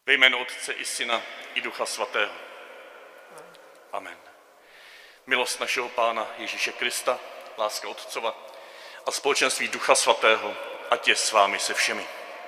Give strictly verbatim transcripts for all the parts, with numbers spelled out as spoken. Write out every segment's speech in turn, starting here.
Ve jménu Otce i Syna i Ducha Svatého. Amen. Milost našeho Pána Ježíše Krista, láska Otcova a společenství Ducha Svatého, ať je s vámi se všemi.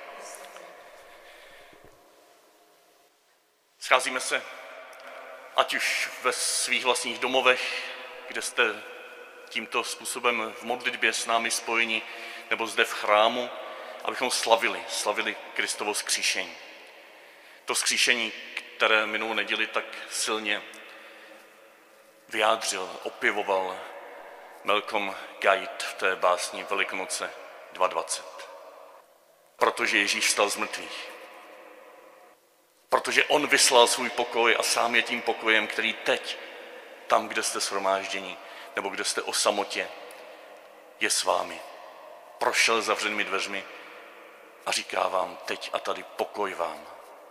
Scházíme se, ať už ve svých vlastních domovech, kde jste tímto způsobem v modlitbě s námi spojeni, nebo zde v chrámu, abychom slavili, slavili Kristovo vzkříšení. To vzkříšení, které minulou neděli tak silně vyjádřil, opěvoval Malcolm Guide v té básni Velikonoce dva dvacet. Protože Ježíš vstal z mrtvých. Protože on vyslal svůj pokoj a sám je tím pokojem, který teď, tam, kde jste shromážděni, nebo kde jste o samotě, je s vámi. Prošel zavřenými dveřmi a říká vám teď a tady pokoj vám.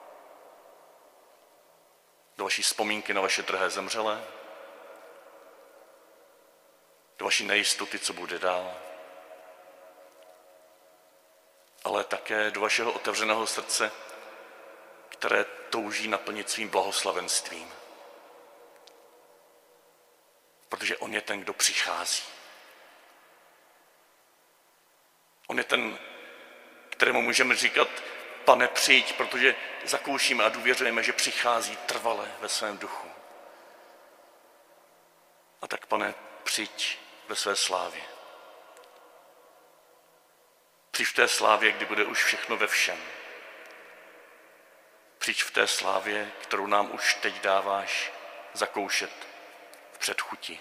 Do vaší vzpomínky na vaše drahé zemřelé, do vaší nejistoty, co bude dál, ale také do vašeho otevřeného srdce, které touží naplnit svým blahoslavenstvím. Protože on je ten, kdo přichází. On je ten, kterému můžeme říkat, Pane, přijď, protože zakoušíme a důvěřujeme, že přichází trvale ve svém duchu. A tak, Pane, přijď ve své slávě. Přijď v té slávě, kdy bude už všechno ve všem. Přijď v té slávě, kterou nám už teď dáváš zakoušet v předchuti.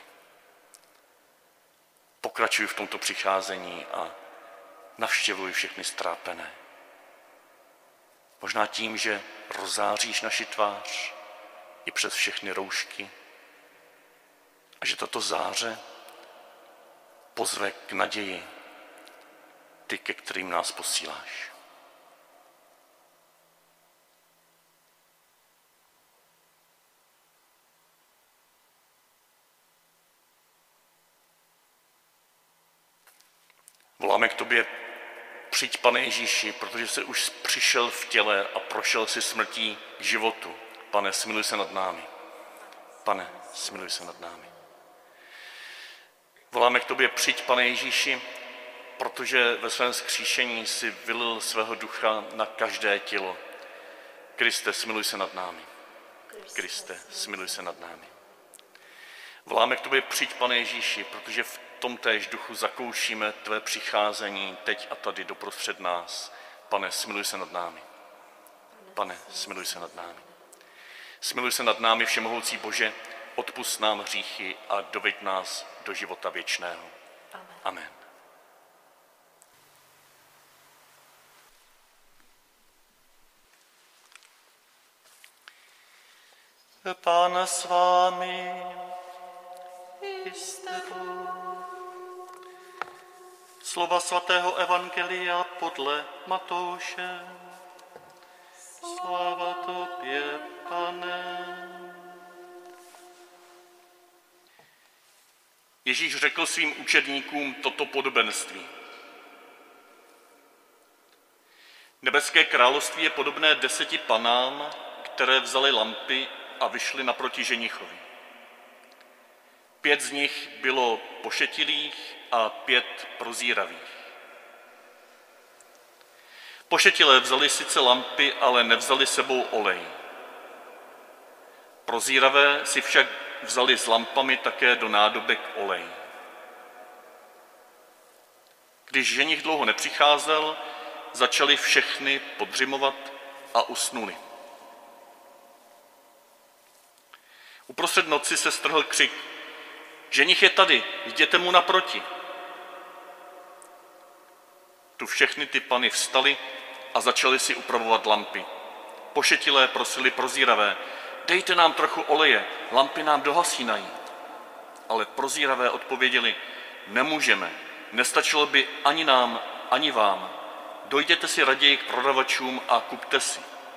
Pokračuj v tomto přicházení a navštěvuj všechny strápené. Možná tím, že rozáříš naši tvář i přes všechny roušky a že tato záře pozve k naději ty, ke kterým nás posíláš. Voláme k tobě, přijď, Pane Ježíši, protože jsi už přišel v těle a prošel si smrtí k životu. Pane, smiluj se nad námi. Pane, smiluj se nad námi. Voláme k tobě, přijď, Pane Ježíši, protože ve svém vzkříšení si vylil svého ducha na každé tělo. Kriste, smiluj se nad námi. Kriste, smiluj se nad námi. Voláme k tobě, přijď, Pane Ježíši, protože v tom též duchu zakoušíme tvé přicházení teď a tady doprostřed nás. Pane, smiluj se nad námi. Pane, smiluj se nad námi. Smiluj se nad námi, všemohoucí Bože, odpusť nám hříchy a doveď nás do života věčného. Amen. Amen. Pán s vámi i s tebou. Slova svatého evangelia podle Matouše. Sláva tobě, Pane. Ježíš řekl svým učedníkům toto podobenství. Nebeské království je podobné deseti panám, které vzali lampy a vyšly naproti ženichovi. Pět z nich bylo pošetilých a pět prozíravých. Pošetilé vzali sice lampy, ale nevzali sebou olej. Prozíravé si však vzali s lampami také do nádobek olej. Když ženich dlouho nepřicházel, začali všechny podřimovat a usnuli. Uprostřed noci se strhl křik: Ženich je tady, jděte mu naproti. Tu všechny ty pany vstaly a začaly si upravovat lampy. Pošetilé prosili prozíravé: Dejte nám trochu oleje, lampy nám dohasínají. Ale prozíravé odpověděli: Nemůžeme, nestačilo by ani nám, ani vám. Dojděte si raději k prodavačům a kupte si.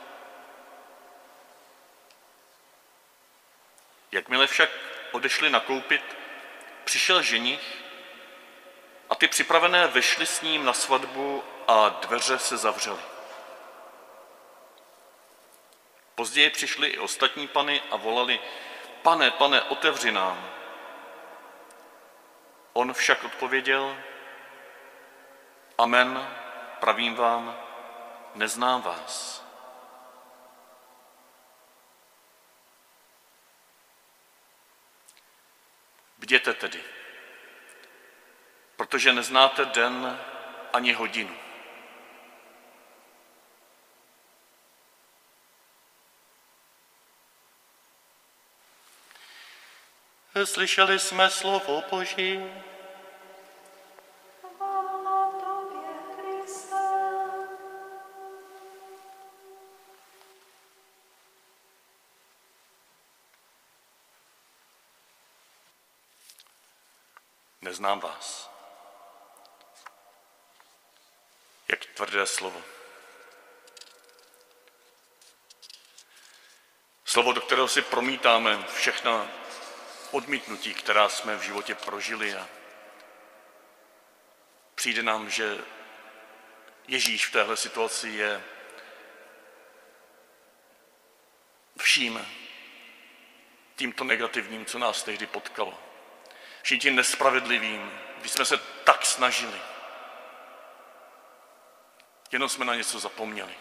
Jakmile však odešli nakoupit, přišel ženich a ty připravené vešly s ním na svatbu a dveře se zavřely. Později přišly i ostatní pany a volali: Pane, Pane, otevři nám. On však odpověděl: Amen, pravím vám, neznám vás. Bděte tedy, protože neznáte den ani hodinu. Slyšeli jsme slovo Boží. Chvála tobě, Kriste. Neznám vás. Jak tvrdé slovo. Slovo, do kterého si promítáme všechna odmítnutí, která jsme v životě prožili, a přijde nám, že Ježíš v téhle situaci je vším tímto negativním, co nás tehdy potkalo. Vším tím nespravedlivým, když jsme se tak snažili. Jenom jsme na něco zapomněli.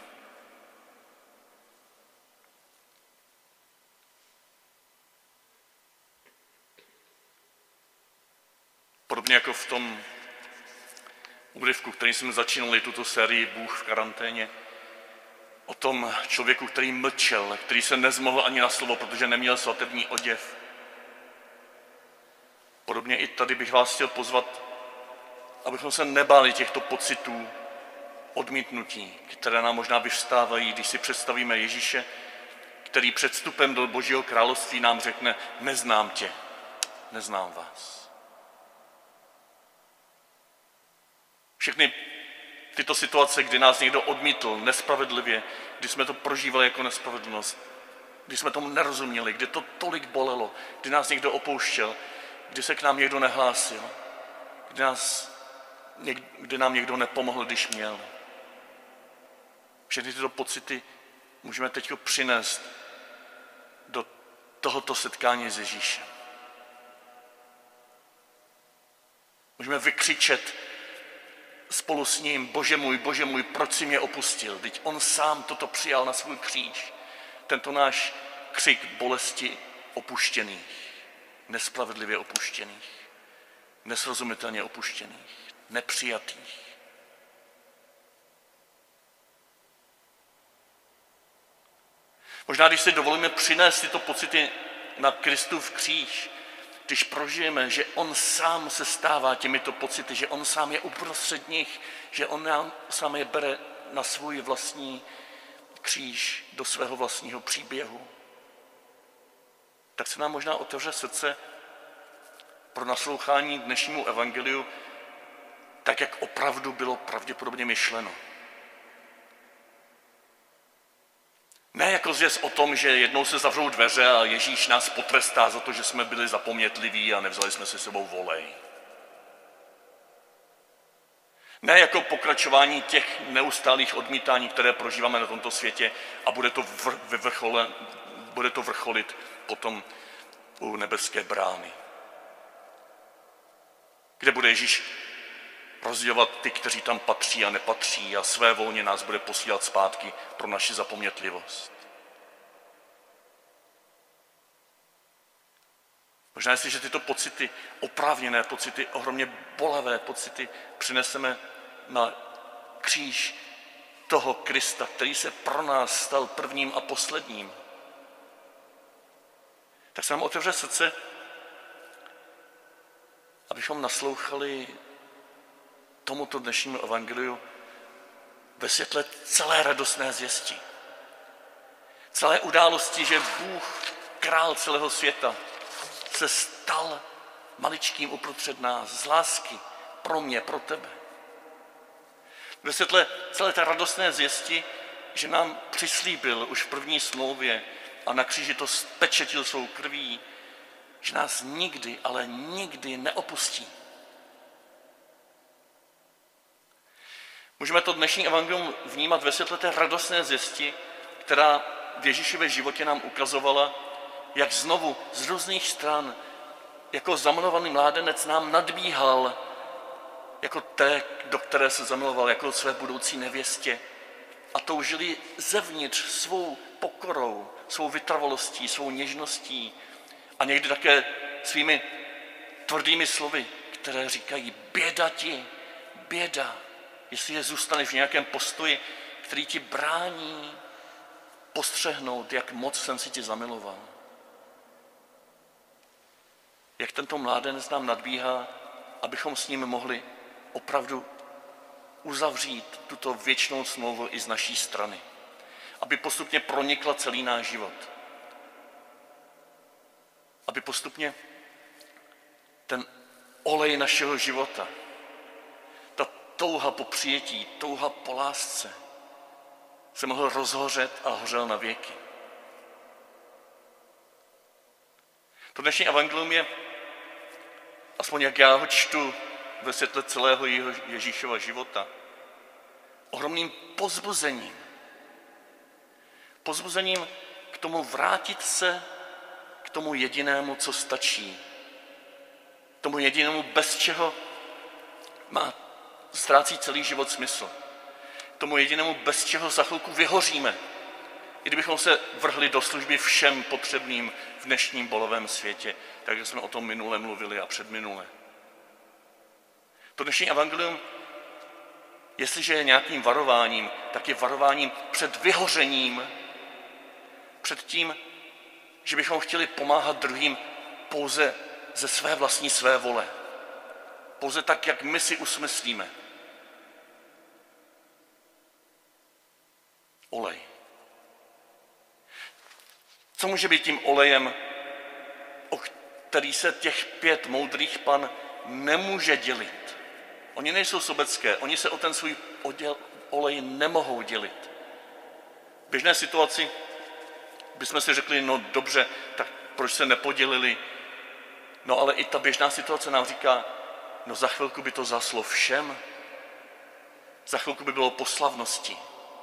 Podobně jako v tom úryvku, který jsme začínali tuto sérii Bůh v karanténě, o tom člověku, který mlčel, který se nezmohl ani na slovo, protože neměl svatební oděv. Podobně i tady bych vás chtěl pozvat, abychom se nebáli těchto pocitů odmítnutí, které nám možná vyvstávají, když si představíme Ježíše, který před vstupem do Božího království nám řekne: neznám tě, neznám vás. Všechny tyto situace, kdy nás někdo odmítl nespravedlivě, kdy jsme to prožívali jako nespravedlnost, kdy jsme tomu nerozuměli, kdy to tolik bolelo, kdy nás někdo opouštěl, kdy se k nám někdo nehlásil, kdy, nás, kdy nám někdo nepomohl, když měl. Všechny tyto pocity můžeme teď přinést do tohoto setkání s Ježíšem. Můžeme vykřičet spolu s ním: Bože můj, Bože můj, proč jsi mě opustil? Vždyť on sám toto přijal na svůj kříž. Tento náš křik bolesti opuštěných, nespravedlivě opuštěných, nesrozumitelně opuštěných, nepřijatých. Možná, když si dovolíme přinést tyto pocity na Kristův kříž, když prožijeme, že on sám se stává těmito pocity, že on sám je uprostřed nich, že on nám sám je bere na svůj vlastní kříž, do svého vlastního příběhu, tak se nám možná otevře srdce pro naslouchání dnešnímu evangeliu, tak, jak opravdu bylo pravděpodobně myšleno. Ne jako zvěst o tom, že jednou se zavřou dveře a Ježíš nás potrestá za to, že jsme byli zapomnětliví a nevzali jsme si sebou volej. Ne jako pokračování těch neustálých odmítání, které prožíváme na tomto světě, a bude to, vrchole, bude to vrcholit potom u nebeské brány, kde bude Ježíš rozdělovat ty, kteří tam patří a nepatří, a své volně nás bude posílat zpátky pro naši zapomnětlivost. Možná, jestliže tyto pocity, oprávněné pocity, ohromně bolavé pocity, přineseme na kříž toho Krista, který se pro nás stal prvním a posledním, tak se nám otevře srdce, abychom naslouchali tomuto dnešnímu evangeliu ve světle celé radostné zvěsti. Celé události, že Bůh, král celého světa, se stal maličkým uprostřed nás, z lásky pro mě, pro tebe. Ve světle celé té radostné zvěsti, že nám přislíbil už v první smlouvě a na kříži to spečetil svou krví, že nás nikdy, ale nikdy neopustí. Můžeme to dnešní evangelium vnímat ve světle té radostné zvěsti, která v Ježíšově životě nám ukazovala, jak znovu z různých stran jako zamilovaný mládenec nám nadbíhal jako té, do které se zamiloval, jako své budoucí nevěstě. A toužili zevnitř svou pokorou, svou vytrvalostí, svou něžností a někdy také svými tvrdými slovy, které říkají běda ti, běda, jestli je zůstaneš v nějakém postoji, který ti brání postřehnout, jak moc jsem si tě zamiloval. Jak tento mládenec nám nadbíhá, abychom s ním mohli opravdu uzavřít tuto věčnou smlouvu i z naší strany. Aby postupně pronikla celý náš život. Aby postupně ten olej našeho života, ta touha po přijetí, touha po lásce, se mohl rozhořet a hořel na věky. To dnešní evangelium je, aspoň jak já ho čtu ve světle celého Ježíšova života, ohromným povzbuzením. Povzbuzením k tomu vrátit se k tomu jedinému, co stačí. K tomu jedinému, bez čeho má, ztrácí celý život smysl. K tomu jedinému, bez čeho za chvilku vyhoříme. I kdybychom se vrhli do služby všem potřebným v dnešním bolovém světě, tak jsme o tom minule mluvili a předminule. To dnešní evangelium, jestliže je nějakým varováním, tak je varováním před vyhořením, před tím, že bychom chtěli pomáhat druhým pouze ze své vlastní své vole. Pouze tak, jak my si usmyslíme. Olej. Co může být tím olejem, o který se těch pět moudrých pan nemůže dělit? Oni nejsou sobecké, oni se o ten svůj oděl, olej nemohou dělit. V běžné situaci bychom si řekli, no dobře, tak proč se nepodělili? No ale i ta běžná situace nám říká, no za chvilku by to zaslo všem, za chvilku by bylo po slavnosti.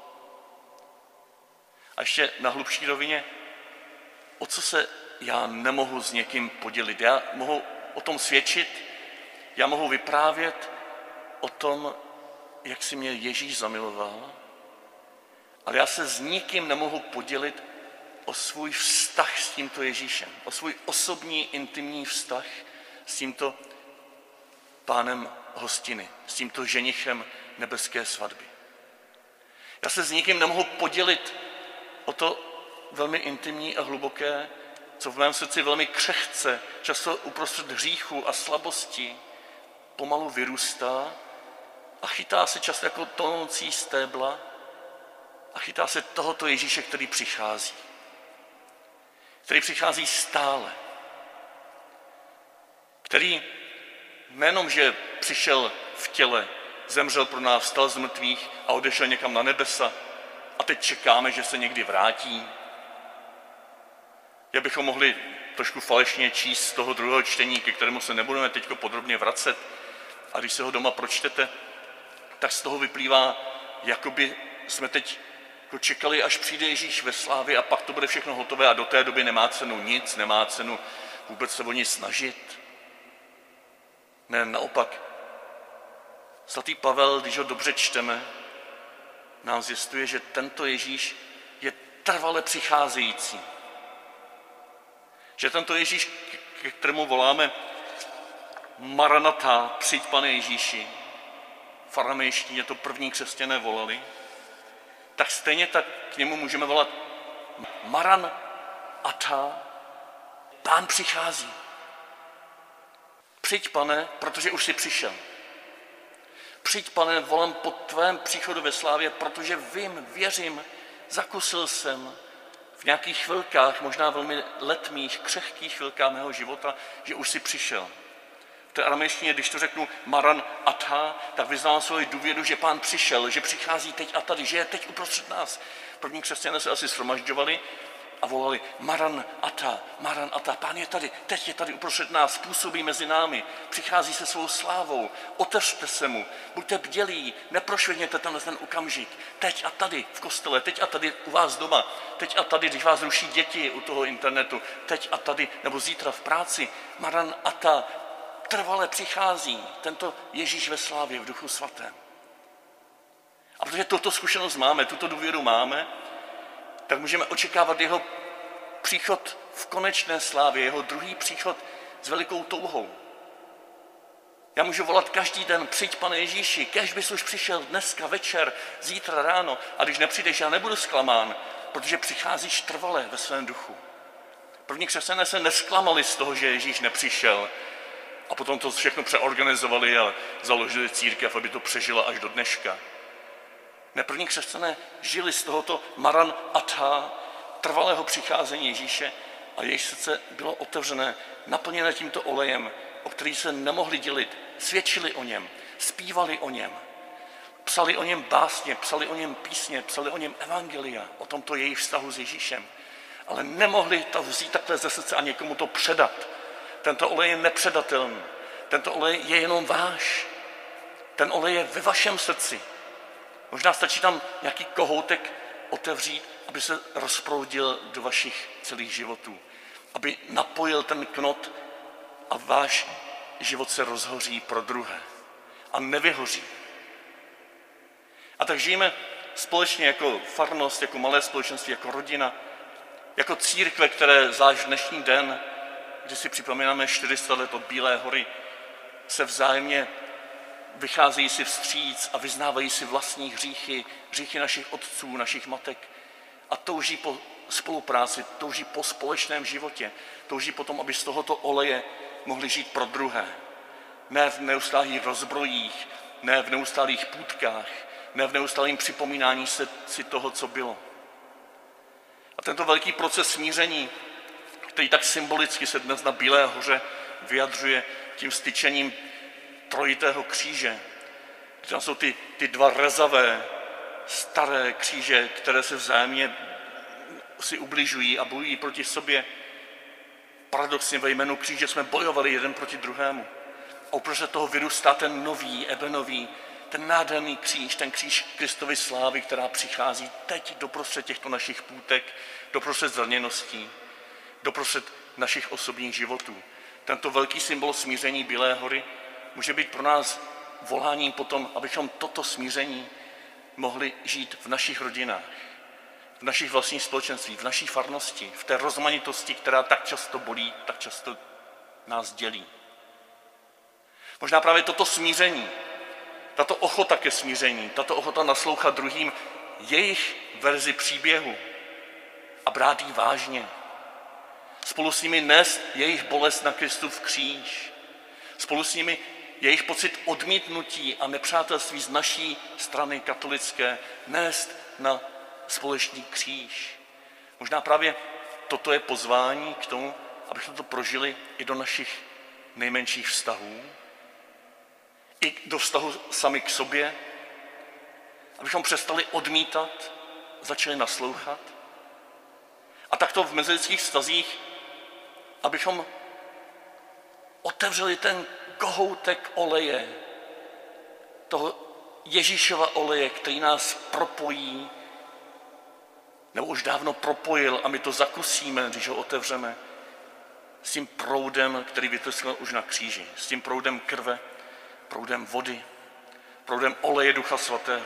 A ještě na hlubší rovině, o co se já nemohu s někým podělit? Já mohu o tom svědčit, já mohu vyprávět o tom, jak si mě Ježíš zamiloval, ale já se s nikým nemohu podělit o svůj vztah s tímto Ježíšem, o svůj osobní, intimní vztah s tímto pánem hostiny, s tímto ženichem nebeské svatby. Já se s nikým nemohu podělit o to velmi intimní a hluboké, co v mém srdci velmi křehce, často uprostřed hříchu a slabosti, pomalu vyrůstá a chytá se často jako tonoucí stébla a chytá se tohoto Ježíše, který přichází. Který přichází stále. Který nejenom, že přišel v těle, zemřel pro nás, vstal z mrtvých a odešel někam na nebesa a teď čekáme, že se někdy vrátí. Jak bychom mohli trošku falešně číst z toho druhého čtení, ke kterému se nebudeme teď podrobně vracet, a když se ho doma pročtete, tak z toho vyplývá, jakoby jsme teď čekali, až přijde Ježíš ve slávě a pak to bude všechno hotové a do té doby nemá cenu nic, nemá cenu vůbec se o nic snažit. Ne, naopak. Svatý Pavel, když ho dobře čteme, nám zjistuje, že tento Ježíš je trvale přicházející. Že tento Ježíš, ke kterému voláme Maranatá, přijď Pane Ježíši, v aramejštině to první křesťané volali, tak stejně tak k němu můžeme volat Maranatá, Pán přichází. Přijď, Pane, protože už jsi přišel. Přijď, Pane, volám po tvém příchodu ve slávě, protože vím, věřím, zakusil jsem v nějakých chvilkách, možná velmi letmých, křehkých chvilkách mého života, že už jsi přišel. V té aramejštině, když to řeknu Maran Atha, tak vyznám svoji důvěru, že Pán přišel, že přichází teď a tady, že je teď uprostřed nás. První křesťané se asi shromažďovali a volali Maran Ata, Maran Ata, Pán je tady, teď je tady uprostřed nás, působí mezi námi, přichází se svou slávou, otevřte se mu, buďte bdělí, neprošvihněte tenhle ten okamžik, teď a tady v kostele, teď a tady u vás doma, teď a tady, když vás ruší děti u toho internetu, teď a tady, nebo zítra v práci, Maran Ata, trvale přichází tento Ježíš ve slávě, v Duchu Svatém. A protože tuto zkušenost máme, tuto důvěru máme, tak můžeme očekávat jeho příchod v konečné slávě, jeho druhý příchod s velikou touhou. Já můžu volat každý den, přijď, Pane Ježíši, kéž bys už přišel dneska večer, zítra ráno, a když nepřijdeš, já nebudu zklamán, protože přicházíš trvale ve svém duchu. První křesťané se nesklamali z toho, že Ježíš nepřišel, a potom to všechno přeorganizovali a založili církev, aby to přežila až do dneška. Ne, první křesťané žili z tohoto Maran Atha, trvalého přicházení Ježíše, a jejich srdce bylo otevřené, naplněné tímto olejem, o který se nemohli dělit. Svědčili o něm, zpívali o něm, psali o něm básně, psali o něm písně, psali o něm evangelia, o tomto jejich vztahu s Ježíšem. Ale nemohli to vzít takhle ze srdce a někomu to předat. Tento olej je nepředatelný. Tento olej je jenom váš. Ten olej je ve vašem srdci. Možná stačí tam nějaký kohoutek otevřít, aby se rozproudil do vašich celých životů. Aby napojil ten knot a váš život se rozhoří pro druhé. A nevyhoří. A tak žijeme společně jako farnost, jako malé společenství, jako rodina, jako církve, které zvlášť dnešní den, kdy si připomínáme čtyři sta let od Bílé hory, se vzájemně vycházejí si vstříc a vyznávají si vlastní hříchy, hříchy našich otců, našich matek a touží po spolupráci, touží po společném životě, touží potom, aby z tohoto oleje mohli žít pro druhé. Ne v neustálých rozbrojích, ne v neustálých půtkách, ne v neustálém připomínání se, si toho, co bylo. A tento velký proces smíření, který tak symbolicky se dnes na Bílé hoře vyjadřuje tím styčením trojitého kříže. Tam jsou ty, ty dva rezavé, staré kříže, které se vzájemně si ubližují a bojují proti sobě. Paradoxně ve jménu kříže jsme bojovali jeden proti druhému. A uprostřed toho vyrůstá ten nový, ebenový, ten nádherný kříž, ten kříž Kristovy slávy, která přichází teď doprostřed těchto našich půtek, doprostřed zraněností, doprostřed našich osobních životů. Tento velký symbol smíření Bílé hory může být pro nás voláním potom, abychom toto smíření mohli žít v našich rodinách, v našich vlastních společenstvích, v naší farnosti, v té rozmanitosti, která tak často bolí, tak často nás dělí. Možná právě toto smíření, tato ochota ke smíření, tato ochota naslouchat druhým, jejich verzi příběhu a brát ji vážně. Spolu s nimi nést jejich bolest na Kristův kříž. Spolu s nimi jejich pocit odmítnutí a nepřátelství z naší strany katolické nést na společný kříž. Možná právě toto je pozvání k tomu, abychom to prožili i do našich nejmenších vztahů, i do vztahu sami k sobě, abychom přestali odmítat, začali naslouchat. A takto v mezilidských vztazích, abychom otevřeli ten kohoutek oleje, toho Ježíšova oleje, který nás propojí, nebo už dávno propojil a my to zakusíme, když ho otevřeme, s tím proudem, který vyteskl už na kříži, s tím proudem krve, proudem vody, proudem oleje Ducha Svatého,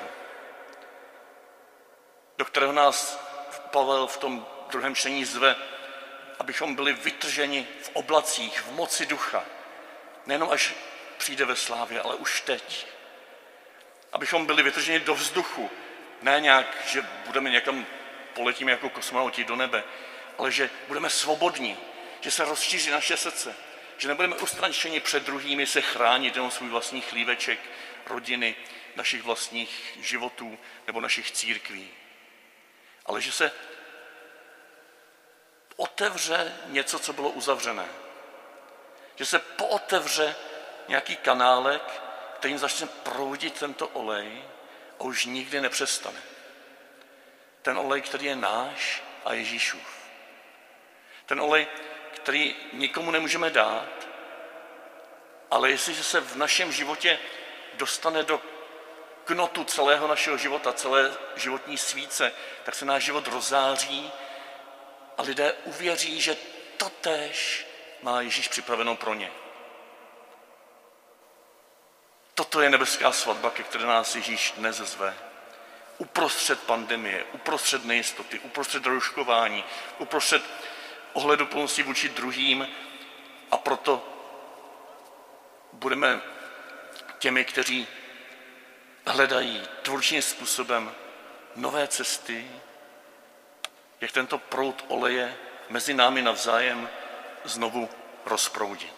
do kterého nás Pavel v tom druhém čtení zve, abychom byli vytrženi v oblacích, v moci ducha. Nejenom až přijde ve slávě, ale už teď. Abychom byli vytrženi do vzduchu. Ne nějak, že budeme někam poletíme jako kosmonauti do nebe, ale že budeme svobodní, že se rozšíří naše srdce, že nebudeme ustrančeni před druhými se chránit jenom svůj vlastní chlíveček, rodiny, našich vlastních životů nebo našich církví. Ale že se otevře něco, co bylo uzavřené. Že se pootevře nějaký kanálek, kterým začne proudit tento olej a už nikdy nepřestane. Ten olej, který je náš a Ježíšův. Ten olej, který nikomu nemůžeme dát, ale jestliže se v našem životě dostane do knotu celého našeho života, celé životní svíce, tak se náš život rozzáří a lidé uvěří, že totéž má Ježíš připraveno pro ně. Toto je nebeská svatba, ke které nás Ježíš dnes zve. Uprostřed pandemie, uprostřed nejistoty, uprostřed rouškování, uprostřed ohleduplnosti vůči druhým, a proto budeme těmi, kteří hledají tvůrčím způsobem nové cesty, jak tento proud oleje mezi námi navzájem znovu rozproudit.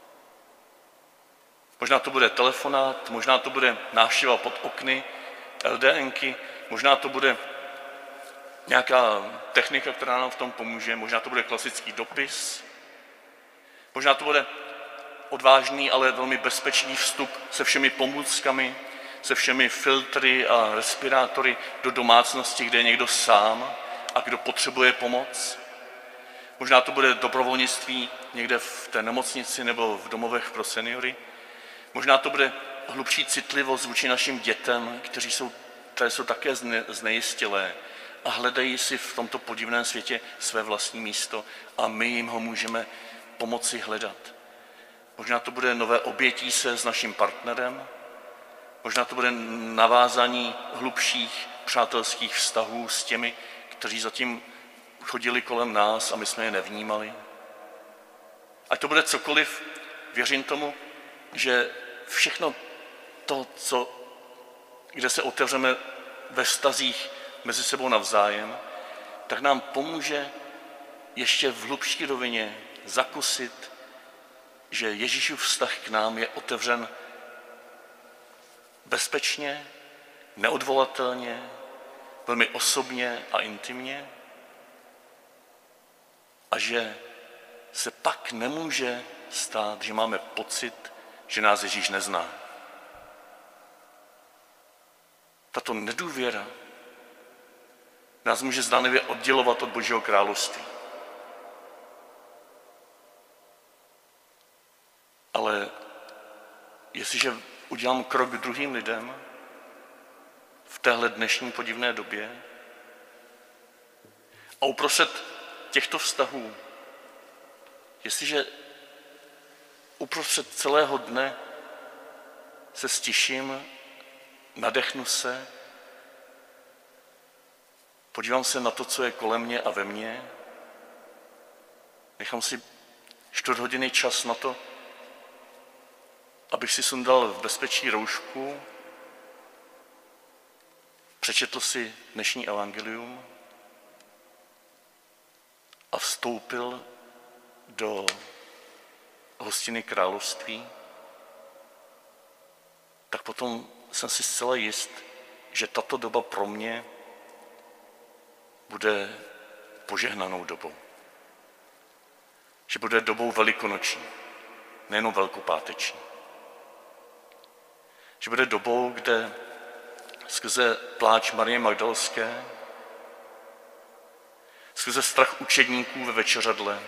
Možná to bude telefonát, možná to bude návštěva pod okny, LDNky, možná to bude nějaká technika, která nám v tom pomůže, možná to bude klasický dopis, možná to bude odvážný, ale velmi bezpečný vstup se všemi pomůckami, se všemi filtry a respirátory do domácnosti, kde je někdo sám a kdo potřebuje pomoc. Možná to bude dobrovolnictví někde v té nemocnici nebo v domovech pro seniory. Možná to bude hlubší citlivost vůči našim dětem, kteří jsou, které jsou také zne, znejistělé a hledají si v tomto podivném světě své vlastní místo a my jim ho můžeme pomoci hledat. Možná to bude nové obětí se s naším partnerem, možná to bude navázání hlubších přátelských vztahů s těmi, kteří zatím chodili kolem nás a my jsme je nevnímali. Ať to bude cokoliv, věřím tomu, že všechno to, co, kde se otevřeme ve vztazích mezi sebou navzájem, tak nám pomůže ještě v hlubší rovině zakusit, že Ježíšův vztah k nám je otevřen bezpečně, neodvolatelně, velmi osobně a intimně a že se pak nemůže stát, že máme pocit, že nás Ježíš nezná. Tato nedůvěra nás může zdánlivě oddělovat od Božího království. Ale jestliže udělám krok k druhým lidem v téhle dnešní podivné době a uprostřed těchto vztahů, jestliže uprostřed celého dne se stiším, nadechnu se, podívám se na to, co je kolem mě a ve mně, nechám si čtvrt hodiny čas na to, abych si sundal v bezpečí roušku, přečetl si dnešní evangelium a vstoupil do hostiny království, tak potom jsem si zcela jist, že tato doba pro mě bude požehnanou dobou. Že bude dobou velikonoční, nejenom velkopáteční. Že bude dobou, kde skrze pláč Marie Magdalské, skrze strach učedníků ve večeřadle,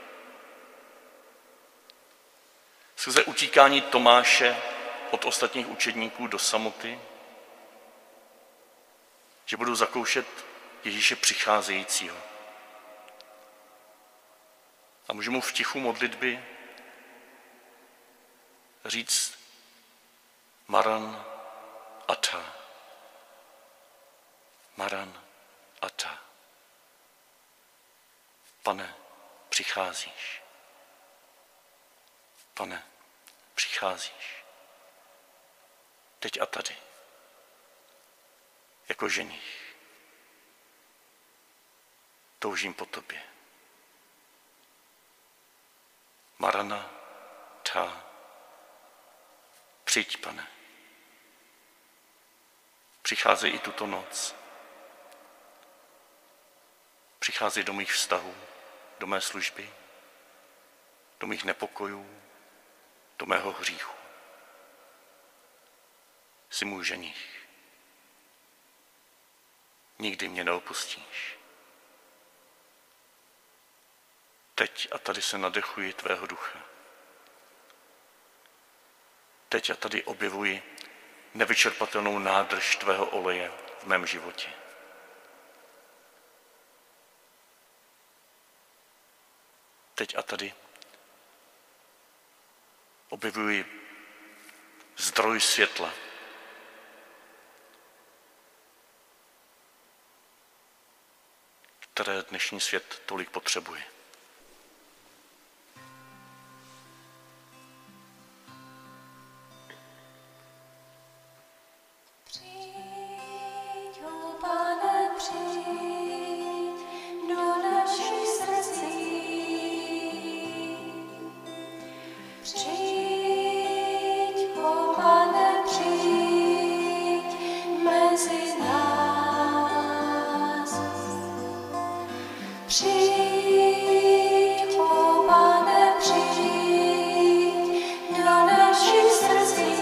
skrze utíkání Tomáše od ostatních učedníků do samoty, že budu zakoušet Ježíše přicházejícího. A můžu mu v tichu modlitby říct Maran Ata. Maran Ata. Pane, přicházíš. Pane, přicházíš. Teď a tady. Jako ženich. Toužím po tobě. Marana, ta. Přijď, Pane. Přicházej i tuto noc. Přicházej do mých vztahů, do mé služby, do mých nepokojů, do mého hříchu. Jsi můj ženich. Nikdy mě neopustíš. Teď a tady se nadechuji tvého ducha. Teď a tady objevuji nevyčerpatelnou nádrž tvého oleje v mém životě. Teď a tady objevuji zdroj světla, které dnešní svět tolik potřebuje. Přijď, ó Pane, přijď do našich srdcí. Přijď, ó Pane, přijď mezi nás. Přijď, ó Pane, přijď do našich srdcí.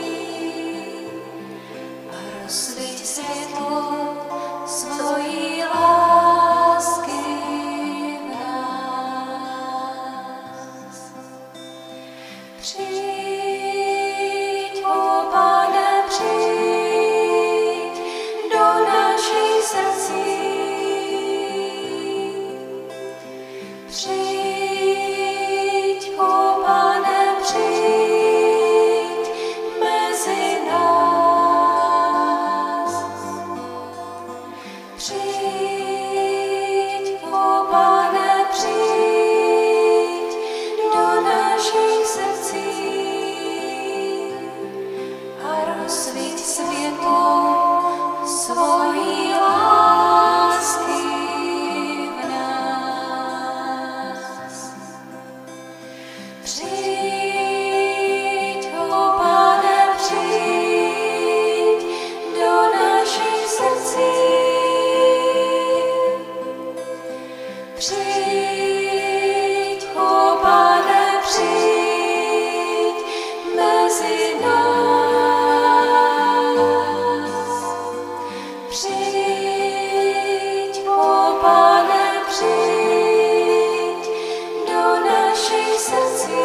Rozsvíť světlo svojí lásky v nás. Přijď, ó Pane, přijď do našich srdcí. Přijď, ó Pane, přijď mezi nás. Přijď, ó Pane, přijď do našich srdcí a rozsvíť světlo svojí lásky v nás. Přijď, ó Pane, přijď do našich srdcí. Přijď, ó Pane, přijď mezi nás. Přijď, ó Pane, přijď do našich srdcí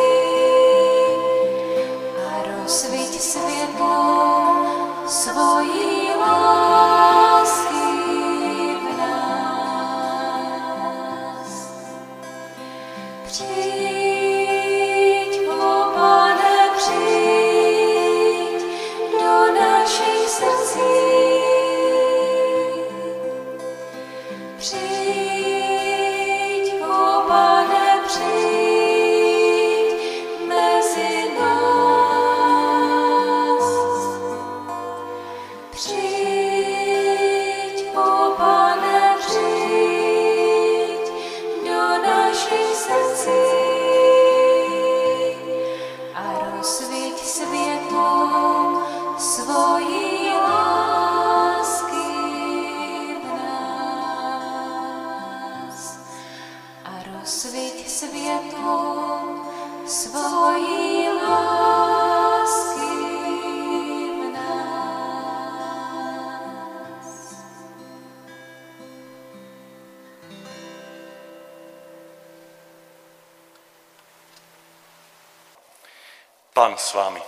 a rozsvíť světlo svojí lásky v nás. Přijď, ó Pane, přijď do našich srdcí. Přijď, ó Pane, přijď mezi nás. Přijď, ó Pane, přijď do našich srdcí a rozsvíť světlo svojí lásky v nás. A rozsvíť světlo svojí lásky v nás. Pán s vámi.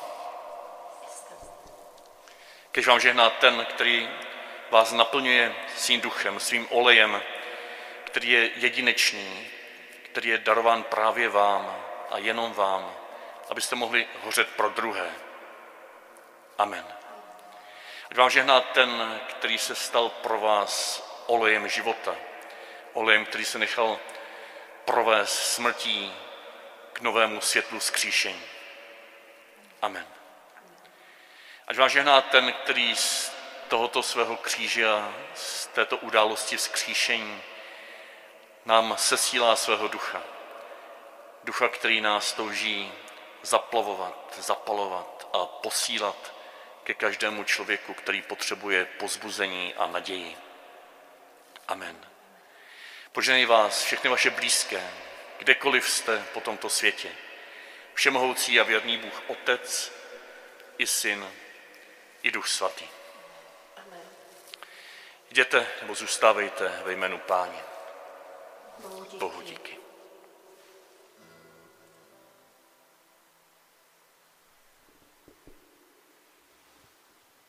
Kež vám žehná ten, který vás naplňuje svým duchem, svým olejem, který je jedinečný, který je darován právě vám a jenom vám, abyste mohli hořet pro druhé. Amen. Ať vám žehná ten, který se stal pro vás olejem života, olejem, který se nechal provést smrtí k novému světlu vzkříšení. Amen. Ať vám žehná ten, který z tohoto svého kříže a z této události vzkříšení nám sesílá svého ducha. Ducha, který nás touží zaplavovat, zapalovat a posílat ke každému člověku, který potřebuje povzbuzení a naději. Amen. Požehnej vás, všechny vaše blízké, kdekoliv jste po tomto světě. Všemohoucí a věrný Bůh Otec, i Syn, i Duch Svatý. Amen. Jděte nebo zůstávejte ve jménu Páně. Bohu díky. Bohu díky.